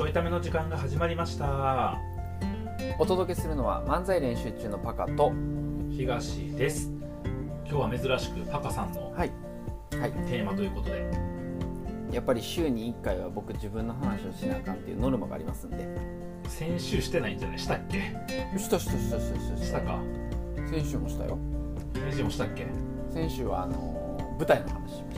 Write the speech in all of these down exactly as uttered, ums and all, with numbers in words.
ょいための時間が始まりました。 お届けするのは漫才練習中のパカと東です。今日は珍しくパカさんのはい、はい、 テーマということで、 やっぱり週にいっかいは僕自分の話をしなあかんっていうノルマがありますんで。 先週してないんじゃない？したっけ？ したしたしたしたしたしたか。 先週もしたよ。 先週もしたっけ？ 先週はあのー、舞台の話しました。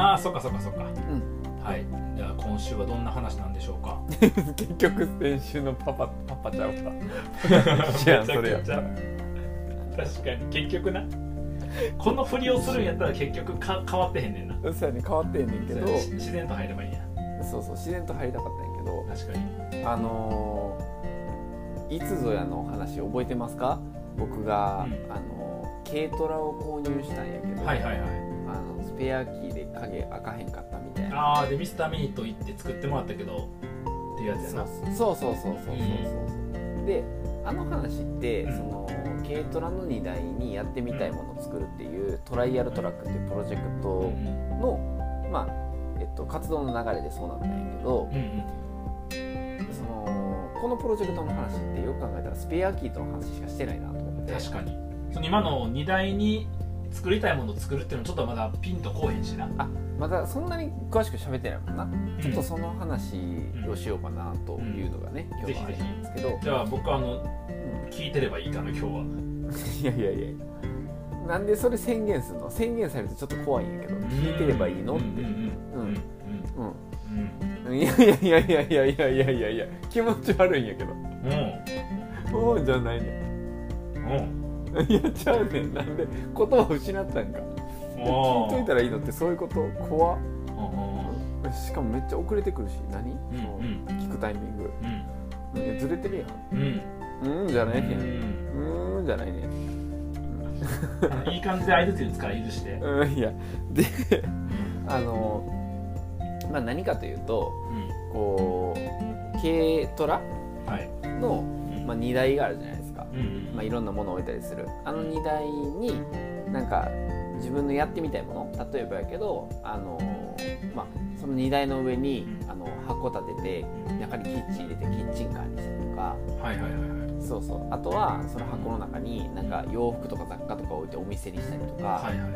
ああ、そっかそっかそっか。 うんはい。じゃあ今週はどんな話なんでしょうか。 結局先週のパパパパちゃうか。知らんそれやった。 確かに結局な。この振りをするんやったら結局か変わってへんねんな。 そうやね、変わってへんねんけど。 自然と入ればいいんや。 そうそう、自然と入りたかったんやけど。 確かに。 あのー、いつぞやの話覚えてますか？僕が、うん、あのー、軽トラを購入したんやけど。はいはいはい。あのスペアキーで影開かへんかったみたいな。 ああ、でミスターミート行って作ってもらったけどっていうやつやな。 そうそうそうそうそうそうそう、うん、であの話って、うん、その軽トラの荷台にやってみたいものを作るっていうトライアルトラックっていうプロジェクトの、うん、まあえっと活動の流れでそうなったんやけど、うんうん、そのこのプロジェクトの話ってよく考えたらスペアキーとの話しかしてないなと思って。 確かに。その今の荷台に作りたいものを作るっていうのはちょっとまだピンとこうへんしな。 あ、まだそんなに詳しく喋ってないもんな、うん、ちょっとその話をしようかなというのがね、うん、今日はあるんですけど。 じゃあ僕はあの、うん、聞いてればいいかな今日は。いやいやいや、なんでそれ宣言するの？宣言されるとちょっと怖いんやけど、聞いてればいいのって。うんうん。いやいやいやいやいやいやいやいやいや、気持ち悪いんやけど。うん。うんじゃないね。うん。いやちゃうねん。なんで言葉を失ったんか。聞いといたらいいのってそういうこと？怖っ。しかもめっちゃ遅れてくるし、何？うんうん、聞くタイミング、うん、いやずれてるやん。うん、うんじゃないねん。うん、うんじゃないねん。 いい感じで相槌打つから許して。 うん、いやであのまあ何かというと、うん、こう軽トラの、はいまあ、荷台があるじゃないですか。うんうんまあ、いろんなものを置いたりするあの荷台になんか自分のやってみたいもの、例えばやけど、あのーまあ、その荷台の上にあの箱立てて中にキッチン入れてキッチンカーにしたりとか、はいはいはいはい、そうそう、あとはその箱の中になんか洋服とか雑貨とか置いてお店にしたりとか、はいはい、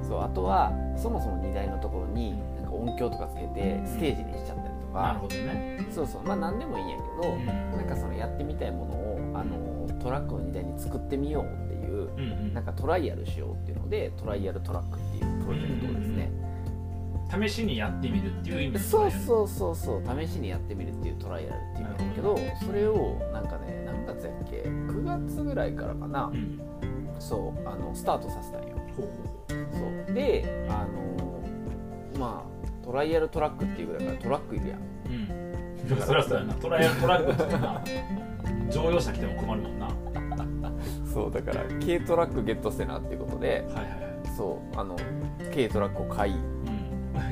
そうあとはそもそも荷台のところになんか音響とかつけてステージにしちゃったりとか、 なるほどね、 そうそう、まあ何でもいいんやけど、うん、なんかそのやってみたいものをあのトラックの荷台に作ってみようっていう、うんうん、なんかトライアルしようっていうのでトライアルトラックっていうプロジェクトをですね、 うんうん、試しにやってみるっていう意味で、 そうそうそうそう、試しにやってみるっていうトライアルっていう意味だけど、それをなんかね、何月やっけ、くがつぐらいからかな、うん、そうあのスタートさせたんよ。ほうほうそうで、あのまあトライアルトラックっていうぐらいからトラックいるやん。 うん、そりゃそうやな、トライアルトラックってな乗用車来ても困るもんな。 そうだから軽トラックゲットしてなっていうことで、はいはいはい、そうあの軽トラックを買い、うん、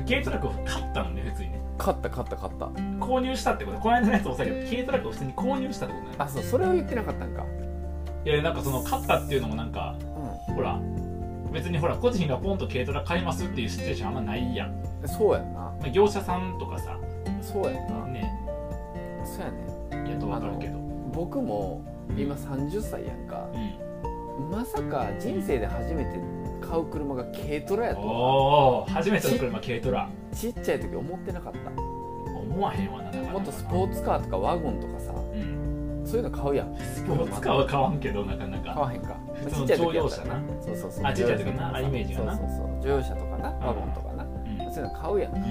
軽トラックを買ったのね、普通にね。 買った買った買った購入したってこと。この間のやつもそうだけど軽トラックを普通に購入したってことね。 あ、そう、それを言ってなかったんか。 いやなんかその買ったっていうのもなんか、うん、ほら別にほら個人がポンと軽トラ買いますっていうシチュエーションあんまないやん。 そうやんな。 業者さんとかさ、 そうやんな。 ね、 そうやね。 いやと分かるけど、 僕も今さんじゅっさいやんか、うん、まさか人生で初めて買う車が軽トラやと。 おー、初めての車軽トラ。 ちっちゃい時思ってなかった。 思わへんわな。 もっとスポーツカーとかワゴンとかさ、うん、そういうの買うやん。 スポーツカーは買わんけどなかなか買わへんか。 普通の乗用車な。 そうそうそう。 あ、ちっちゃい時な、あイメージがな。 そうそうそう。乗用車とかな、ワゴンとかな、うん、そういうの買うやんか、うん、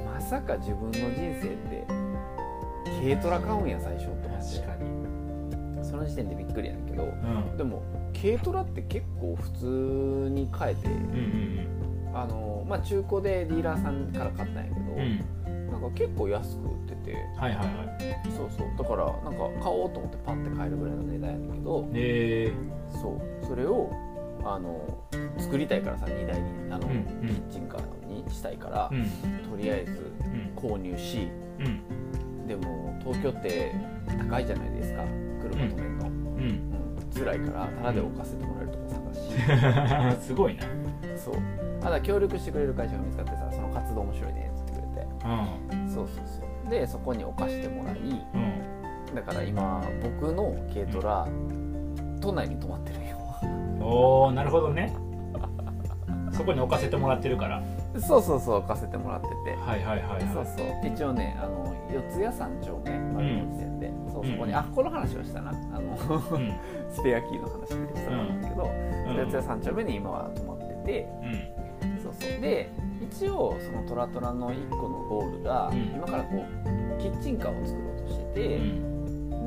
まさか自分の人生って軽トラ買うんや最初と思って。確かに。その時点でびっくりやねんけど、うん、でも軽トラって結構普通に買えて、うんうんうん、あのまあ中古でディーラーさんから買ったんやけど、うん、なんか結構安く売ってて、はいはいはい、そうそう、だからなんか買おうと思ってパッて買えるぐらいの値段やねんけど、へー、そうそれをあの作りたいからさ、荷台にあの、うんうん、キッチンカーにしたいから、うん、とりあえず購入し、うん、でも東京って高いじゃないですか、車止めるの、うんうん、辛いからタダで置かせてもらえるとこ探しすごいな。 そう、ただ協力してくれる会社が見つかってさ、その活動面白いねって言ってくれて、うん、 そうそうそうでそこに置かしてもらい、うん、だから今僕の軽トラ、うん、都内に泊まってるんよ。 おーなるほどね。そこに置かせてもらってるから。 そうそうそう置かせてもらってて、 はいはいはいはい、 そうそう一応ねあの四谷三丁目丸の内線で、うん、そうそこに、うん、あこの話をしたなあの、うん、スペアキーの話でしたんだけど、うん、四谷三丁目に今は泊まってて、うん、そうそうで一応そのトラトラのいっこのゴールが、うん、今からこうキッチンカーを作ろうとしてて、うん、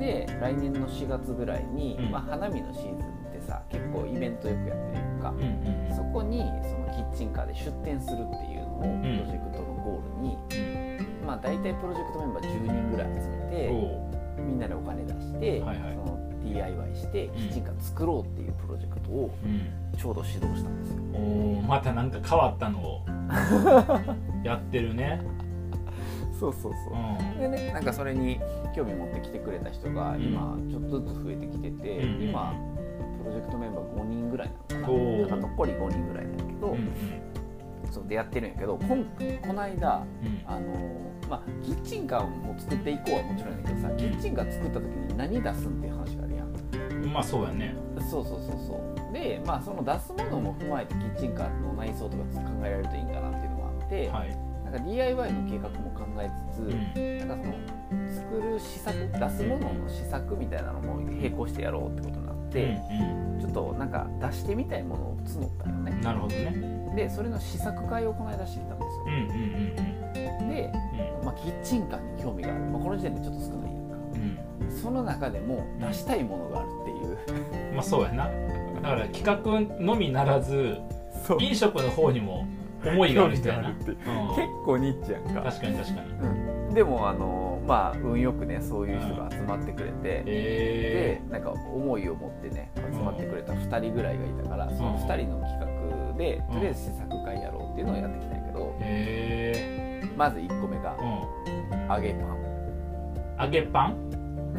で来年のしがつぐらいに、うんまあ、花見のシーズンってさ結構イベントよくやってるやんか、うんうん、そこにそのキッチンカーで出店するっていうのをプロジェクトのゴールに、うん、まあ大体プロジェクトメンバーじゅうにんぐらい集めてみんなでお金出して、はいはい、その ディーアイワイ してキッチンカー作ろうっていうプロジェクトをちょうど指導したんですよ、 うん、おまたなんか変わったのをやってるね。 そうそうそう、うん、でねなんかそれに興味持ってきてくれた人が今ちょっとずつ増えてきてて、うん、今プロジェクトメンバーごにんぐらいなのかな、なんか残りごにんぐらいなんだけど、うんうん、そうでやってるんやけど今この間、うん、あのまあキッチンカーも作っていこうはもちろんやけどさ、キッチンカー作った時に何出すんっていう話があるやん。 まあそうやね。 そうそうそうそうでまあその出すものも踏まえてキッチンカーの内装とか考えられるといいんかなっていうのがあって、はい、なんか ディーアイワイ の計画も考えつつ、うん、なんかその作る試作出すものの試作みたいなのも並行してやろうってことになって、うんうん、ちょっとなんか出してみたいものを募ったよね。 なるほどね。 でそれの試作会をこの間してたんですよ、うんうんうん、で、うんまあ、キッチンカーに興味がある、まあ、この時点でちょっと少ないやんか、うん、その中でも出したいものがあるっていうまあそうやな。だから企画のみならず飲食の方にも思いがある人やな、うん、結構ニッチやんか。 確かに確かに、 うん、でもあのまあ運よくねそういう人が集まってくれて、うん、でなんか思いを持ってね集まってくれたふたりぐらいがいたから、うん、そのふたりの企画で、うん、とりあえず試作会やろうっていうのをやってきたんやけど、へーまずいっこめが、うん、揚げパン。 揚げパン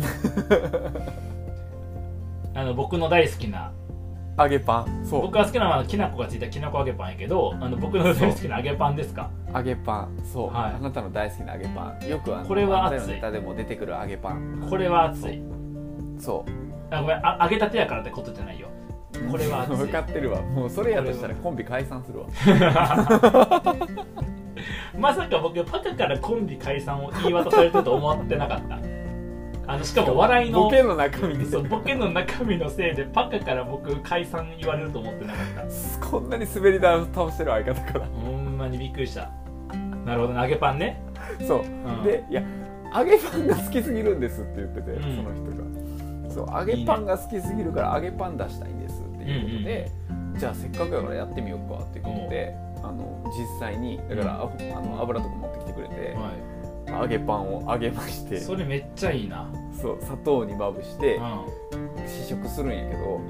あの僕の大好きな揚げパン。そう僕が好きなのはきな粉がついたきな粉揚げパンやけど、あの僕の大好きな揚げパンですか。 揚げパンそう、はい、あなたの大好きな揚げパン。よくあのこれは熱いネタでも出てくる揚げパン。 これは熱い。 そうあごめんあ揚げたてやからってことじゃないよ。これは熱い。 分かってるわ。もうそれやとしたらコンビ解散するわまさか僕パカからコンビ解散を言い渡されてると思ってなかった。あのしかも笑いのボケの中身でそうボケの中身のせいでパカから僕解散言われると思ってなかった。こんなに滑り台を倒してる相方からほんまにびっくりした。なるほどね揚げパンね。 そう、うん、でいや揚げパンが好きすぎるんですって言ってて、うん、その人がそう揚げパンが好きすぎるから揚げパン出したいんですっていうことで、うんうん、じゃあせっかくやからやってみようかっていうことで、うん、あの実際にだから、うん、あの油とか持ってきてくれて、はい、揚げパンを揚げまして、 それめっちゃいいな。 そう砂糖にまぶして、うん、試食するんやけど、うん、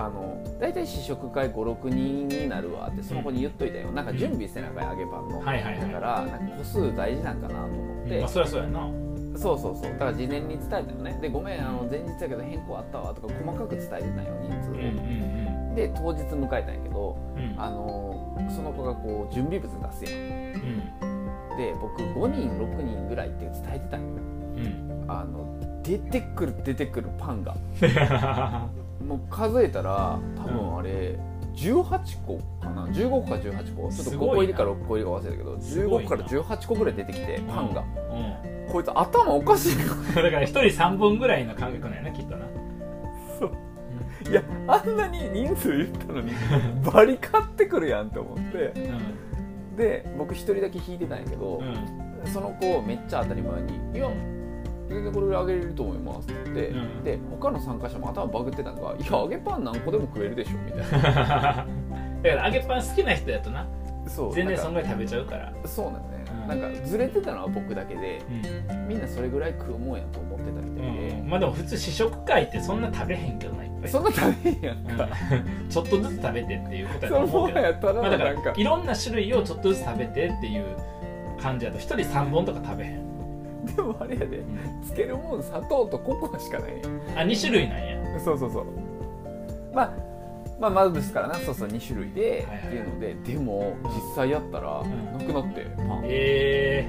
あのだいたい試食会ごろくにんになるわってその子に言っといたよ、うん、なんか準備せなあかん揚げパンの、はいはいはい、だからなんか個数大事なんかなと思って、 うん、あそりゃそうやな。 そうそうそうだから事前に伝えたよね。でごめんあの前日やけど変更あったわとか細かく伝えてたよ人数を、うんうんうん、で当日迎えたんやけど、うん、あのその子がこう準備物出すやん、うん、で僕ごにんろくにんぐらいって伝えてたんよ、うん、あの出てくる出てくるパンがもう数えたら多分あれじゅうはちこかなじゅうごこかじゅうはちこちょっとごこ入りかろっこ入りか忘れたけどじゅうごこからじゅうはちこぐらい出てきてパンが、うんうん、こいつ頭おかしいだからひとりさんぼんぐらいの感覚なんやなきっとな。 そう、うん、いやあんなに人数言ったのにバリ買ってくるやんって思って、うん、で僕一人だけ引いてたんやけど、うん、その子めっちゃ当たり前にいや全然これぐらいあげれると思いますって言って、うん、で他の参加者も頭バグってたのがいや揚げパン何個でも食えるでしょみたいなだから揚げパン好きな人やとなそう全然そんぐらい食べちゃうからそうなんだね、うん、なんかずれてたのは僕だけで、うん、みんなそれぐらい食うもんやと思ってたみたいで、 うん、まあでも普通試食会ってそんな食べへんけどな。いっぱいそんな食べへんやんか、 うん、ちょっとずつ食べてっていうことやと思うけどそうやったら、まあ、 だからいろんな種類をちょっとずつ食べてっていう感じだとひとりさんぼんとか食べへん。 でもあれやで、うん、つけるもん砂糖とココアしかない。 あに種類なんや。 そうそうそうまあまあまずですからなそうそうに種類で、はいはい、っていうのででも実際やったら、うん、なくなってパンえ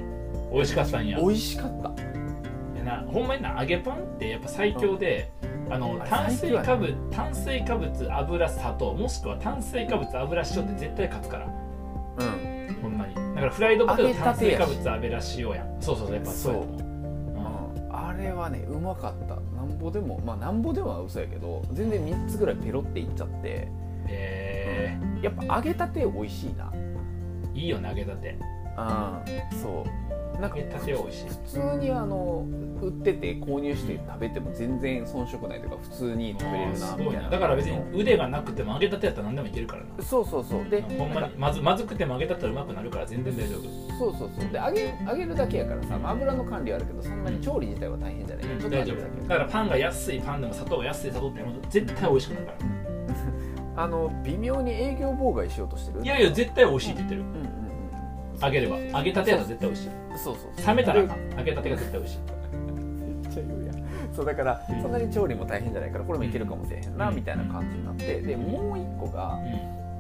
美味しかったんや。 美味しかった。 いやな、ほんまにな、揚げパンってやっぱ最強で、うん、あの炭水化物、炭水化物、油、砂糖、もしくは炭水化物、油、塩って絶対勝つから。うん。ほんまに。だからフライドポテト炭水化物、油、塩やん。そうそうそう、やっぱそうやと思う。 うん、あれはね、うまかった。なんぼでも、まあなんぼでもは嘘やけど、全然みっつぐらいペロっていっちゃって。へー、うん、やっぱ揚げたて美味しいな。 いいよね、揚げたて。 うん、そう。なんか揚げたては美味しい。 普通にあの売ってて購入して食べても全然遜色ないというか、普通に食べれるなみたいな。 だから別に腕がなくても揚げたてやったら何でもいけるからな。 そうそうそう。で、 ほんまにまずまずくても揚げたったらうまくなるから全然大丈夫。 そうそうそう。で揚げ揚げるだけやからさ、油の管理はあるけどそんなに調理自体は大変じゃない。うん、 ちょっと大丈夫。だからパンが安いパンでも砂糖が安い砂糖って絶対美味しくなるから。 あの微妙に営業妨害しようとしてる。 いやいや絶対美味しいって言ってる。うんうんうん。揚げれば揚げたてやったら絶対美味しい。そうそうそう。冷めたらあかん。揚げたてが絶対美味しい。 めっちゃ言うやん。そうだからそんなに調理も大変じゃないからこれもいけるかもしれへんなみたいな感じになって、でもう一個が、うん、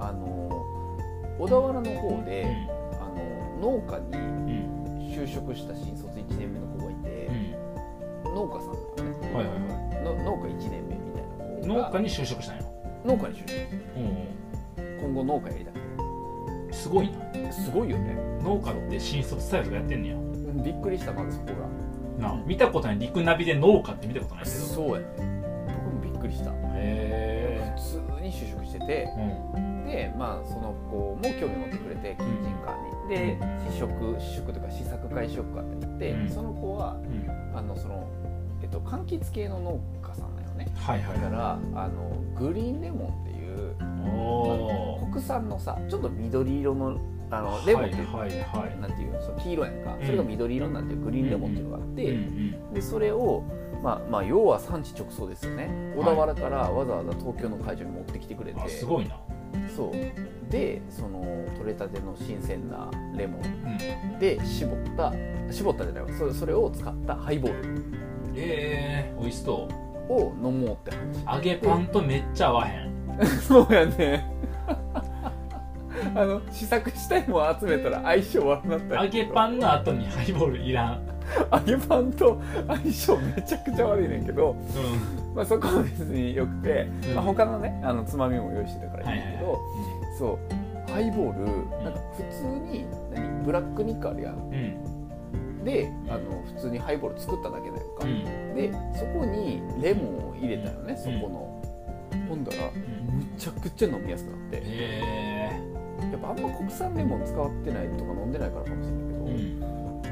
あの小田原の方で、うん、あの農家に就職した新卒いちねんめの子がいて、うん、農家さんだよね。はいはいはい。の農家いちねんめみたいな子が農家に就職したんや。 農家に就職。うん、今後農家やりたい。 すごいな。 すごいよね。 農家って新卒スタイルとかやってんねや。 びっくりした、まずそこが。なあ、見たことない。陸ナビで農家って見たことないけど。 そうやね。僕もびっくりした。へー。普通に就職してて、うん、で、まあその子も興味持ってくれてキッチンカーに、で試食試食とか試作会しようかって言って、うん、その子は、うん、あのそのえっと柑橘系の農家さんだよね。はいはい。だからあのグリーンレモンっていう、お国産のさ、ちょっと緑色のあのレモンっていう、はいはいはい、なんていうの、その黄色やんか、うん、それが緑色になってるグリーンレモンっていうのがあって、うんうん、でそれを、まあまあ、要は産地直送ですよね。小田原からわざわざ東京の会場に持ってきてくれて、はい、すごいな。そうで、その取れたての新鮮なレモンで絞った絞ったじゃないわ、それ、それを使ったハイボール、 えー、美味しそうを飲もうって話。 揚げパンとめっちゃ合わへん。 そうやね。あの試作したいもん集めたら相性悪くなった。 揚げパンの後にハイボールいらん。 揚げパンと相性めちゃくちゃ悪いねんけど、うん、まあそこは別によくて、うん、まあ、他のねあのつまみも用意してたからいいんだけど、はいはいはい、そうハイボールなんか普通に何ブラックニッカあるやん、うん、であの普通にハイボール作っただけだよか、うん、でそこにレモンを入れたよね、うん、そこの、ほんだら、うん、むちゃくちゃ飲みやすくなって、へー、やっぱあんま国産レモン使ってないとか飲んでないからかもしれないけど、うん、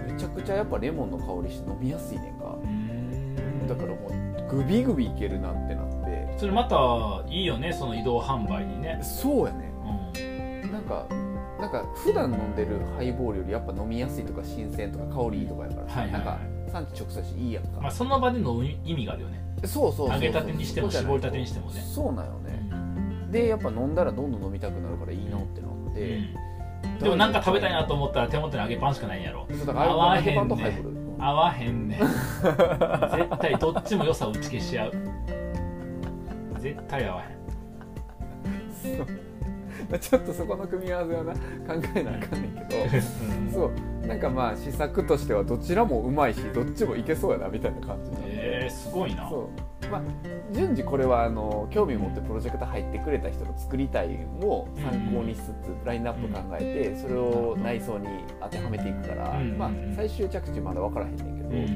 めちゃくちゃやっぱレモンの香りして飲みやすいねんか。だからもうグビグビいけるなってなって、 それまたいいよね、その移動販売にね。 そうやね、うん、なんかなんか普段飲んでるハイボールよりやっぱ飲みやすいとか新鮮とか香りいいとかやから、はいはいはい、なんか産地直送しいいやんか、 まあ、その場での意味があるよね。そうそうそうそう、揚げたてにしても絞りたてにしてもね。 そうなんよね、うん、でやっぱ飲んだらどんどん飲みたくなるからいいなってなって、 うん、でもなんか食べたいなと思ったら手元に揚げパンしかないんやろ。だから合わへんね、合わへんね絶対どっちも良さを打ち消し合う。絶対合わへん。 そうちょっとそこの組み合わせはな考えなあかんねんけど、うん、そうなんかまあ試作としてはどちらもうまいしどっちもいけそうやなみたいな感じになって、 えー、すごいな。 そうまあ順次これはあの興味持ってプロジェクト入ってくれた人の作りたいを参考にしつつ、うん、ラインナップ考えてそれを内装に当てはめていくから、うん、まあ最終着地まだ分からへんねんけど、うん、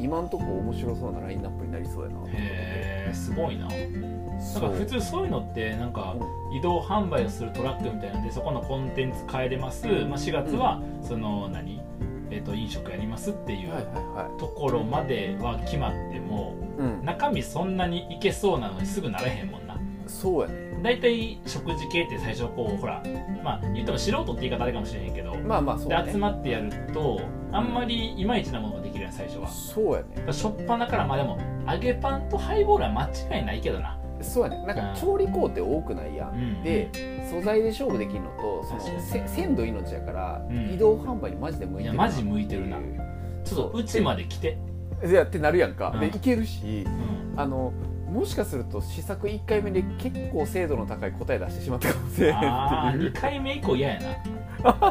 今んとこ面白そうなラインナップになりそうやなと思って。 へー、すごいな。なんか普通そういうのってなんか移動販売をするトラックみたいなのでそこのコンテンツ変えれます、まあ、しがつはその何、えーと飲食やりますっていうところまでは決まっても、うん、中身そんなにいけそうなのにすぐなれへんもんな。 そうやね。 だいたい食事系って最初こうほらまあ言っても素人って言い方あれかもしれへんけど、まあまあそうね、で集まってやるとあんまりいまいちなものができるやん最初は。 そうやね。 しょっぱなからまあでも揚げパンとハイボールは間違いないけどな。 そうやね。なんか調理工程多くないやん、うん、で素材で勝負できるのとそのせ鮮度命やから、うん、移動販売にマジで向いてるな。いやマジ向いてるな。ちょっとうちまで来ていやってなるやんか、うん、でいけるし、うん、あのもしかすると試作いっかいめで結構精度の高い答え出してしまったかもしれへんっていう。あーにかいめ以降嫌やな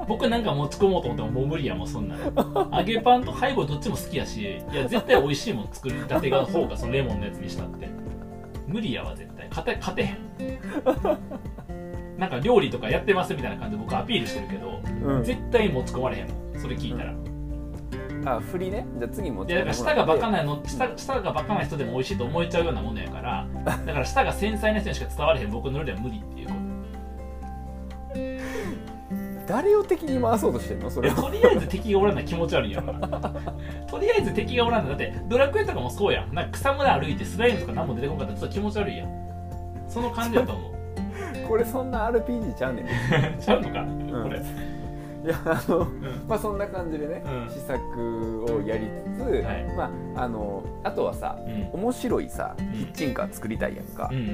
僕なんか持ち込もうと思ってももう無理やもんそんなの。揚げパンとハイボールどっちも好きやし、いや絶対美味しいもん作りたてが方がそのレモンのやつにしたって無理やわ絶対。勝て勝てへん。なんか料理とかやってますみたいな感じで僕アピールしてるけど、うん、絶対持ち込まれへんもんそれ聞いたら。 うん、あ振りね。じゃあ次持ち込まれへん。いやだから舌がバカなの、舌、舌がバカな人でも美味しいと思えちゃうようなものやから、だから舌が繊細な人にしか伝われへん僕の料理は無理っていうこと。 誰を敵に回そうとしてんのそれ。 とりあえず敵がおらんな気持ち悪いやん。とりあえず敵がおらんな。だってドラクエとかもそうやん。なんか草むら歩いてスライムとか何も出てこなかったらちょっと気持ち悪いやん。その感じだと思う。 これそんな アールピージー ちゃうねん。 ちゃうのか、うん、これ。 いやあの、うん、まあそんな感じでね、うん、試作をやりつつ、はい、まああのあとはさ、うん、面白いさキッチンカー作りたいやんか。うんうんうん、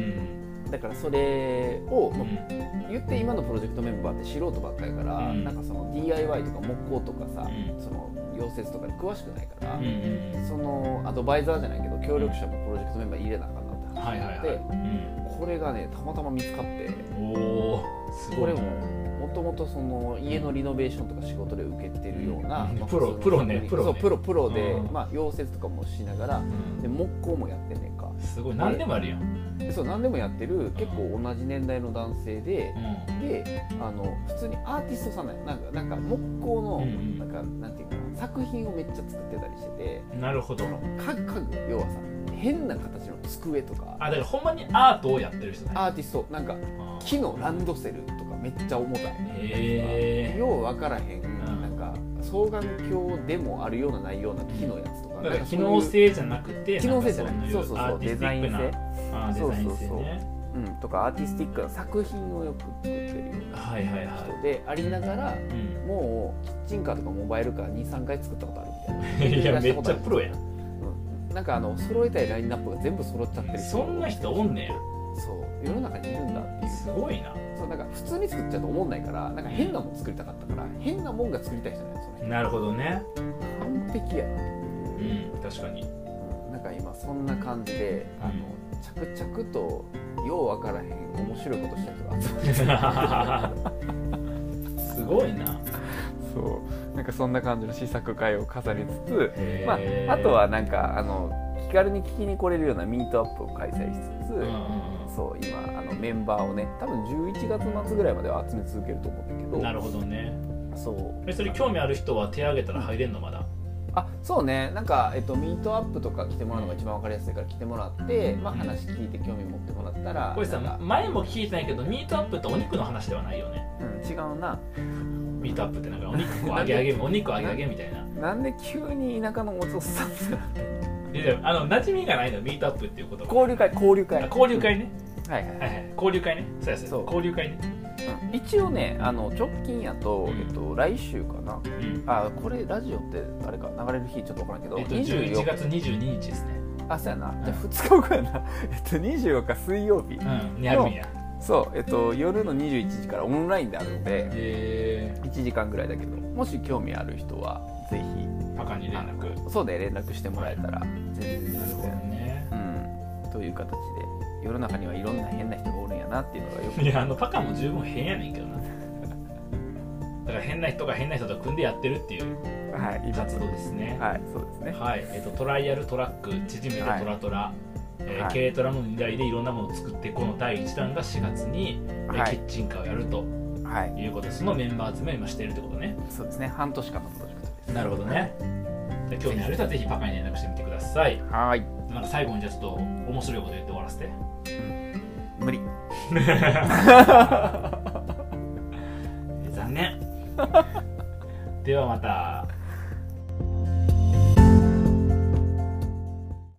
だからそれを、うん、言って今のプロジェクトメンバーって素人ばっかりやから、うん、なんかその ディーアイワイ とか木工とかさ、うん、その溶接とかに詳しくないから、うんうん、そのアドバイザーじゃないけど協力者もプロジェクトメンバー入れなあかんなって話になって、これがねたまたま見つかって、おすごい。これももともとその家のリノベーションとか仕事で受けてるような、うんまあ、 プロプロねプロねそうプロプロで、うんまあ、溶接とかもしながら、うん、で木工もやってんねんか。 すごい何でもあるやん。 でそう何でもやってる結構同じ年代の男性で、うん、であの普通にアーティストさんなんや。なんかなんか木工の、うん、なんかなんていうかな作品をめっちゃ作ってたりしてて。 なるほど。 家具家具要はさ変な形の机とか。 あだからほんまにアートをやってる人ね。 アーティストなんか木のランドセルとかめっちゃ重たい。へえ。よう分からへん、うん、なんか双眼鏡でもあるようなないような木のやつとか。 だから機能性じゃなくて機能性じゃない。そうそうそうデザイン性。 あデザイン性ね。 うん、とかアーティスティックな作品をよく作ってるような人でありながら、うん、もうキッチンカーとかモバイルカー にさんかい作ったことあるみたいな。 いやめっちゃプロやん。 うん、なんかあの揃えたいラインナップが全部揃っちゃってる人。 そんな人おんねや。 そう世の中にいるんだっていう。 すごいな。 そうなんか普通に作っちゃうと思んないからなんか変なもん作りたかったから変なもんが作りたい人なんですよね。 なるほどね。 完璧やな。 うん確かに。 うん、なんか今そんな感じであの着々とようわからへん面白いことした人が集まってすごいな。 そうなんかそんな感じの試作会を飾りつつ、まあ、あとはなんかあの気軽に聞きに来れるようなミートアップを開催しつつ、うん、そう今あのメンバーをね多分じゅういちがつまつぐらいまでは集め続けると思うんだけど。 なるほどね。 そうえそれ興味ある人は手挙げたら入れんのまだ。 あそうねなんか、えっと、ミートアップとか来てもらうのが一番分かりやすいから来てもらって、まあ、話聞いて興味持ってもらったら。 これさ前も聞いてないけどミートアップってお肉の話ではないよね。 うん違うな。 ミートアップってなんかお肉を揚げ揚げお肉を揚げ揚げみたいな。 なんで急に田舎のお父さんってなっていやあの馴染みがないのミートアップっていうこと交流会交流会交流会ね、 うん、はいはい、はい、 交流会ね。そうやそう交流会ね、 うん、一応ねあの直近やと、えっと、来週かな、うん、あこれラジオってあれか流れる日ちょっと分からんけど、 えっと、じゅういちがつにじゅうににちですね。 あそうやな、うん、じゃあふつかごやなえっとにじゅうよっか水曜日、 うん、にあるんや。 そう、えっと、夜のにじゅういちじからオンラインであるので、えー、いちじかんぐらいだけどもし興味ある人はぜひパカに連絡そうで連絡してもらえたら全然全然、 ねうん、という形で世の中にはいろんな変な人がおるんやなっていうのがよく。 いやあのパカも十分変やねんけどなだから変な人が変な人と組んでやってるっていう活動ですね。 はい、そうですね。 はい、えっとトライアルトラック縮めてトラトラ、はいえー、軽トラのにだいでいろんなものを作ってこのだいいちだんがしがつに、はい、キッチンカーをやるということで、そのメンバー集めを今しているってことね。 そうですね半年間のプロジェクトです。 なるほどね。じゃ興味ある人はぜひパカに連絡してみてください。 はい。 なんか最後にじゃあちょっと面白いこと言って終わらせて、 うん、無理残念ではまた。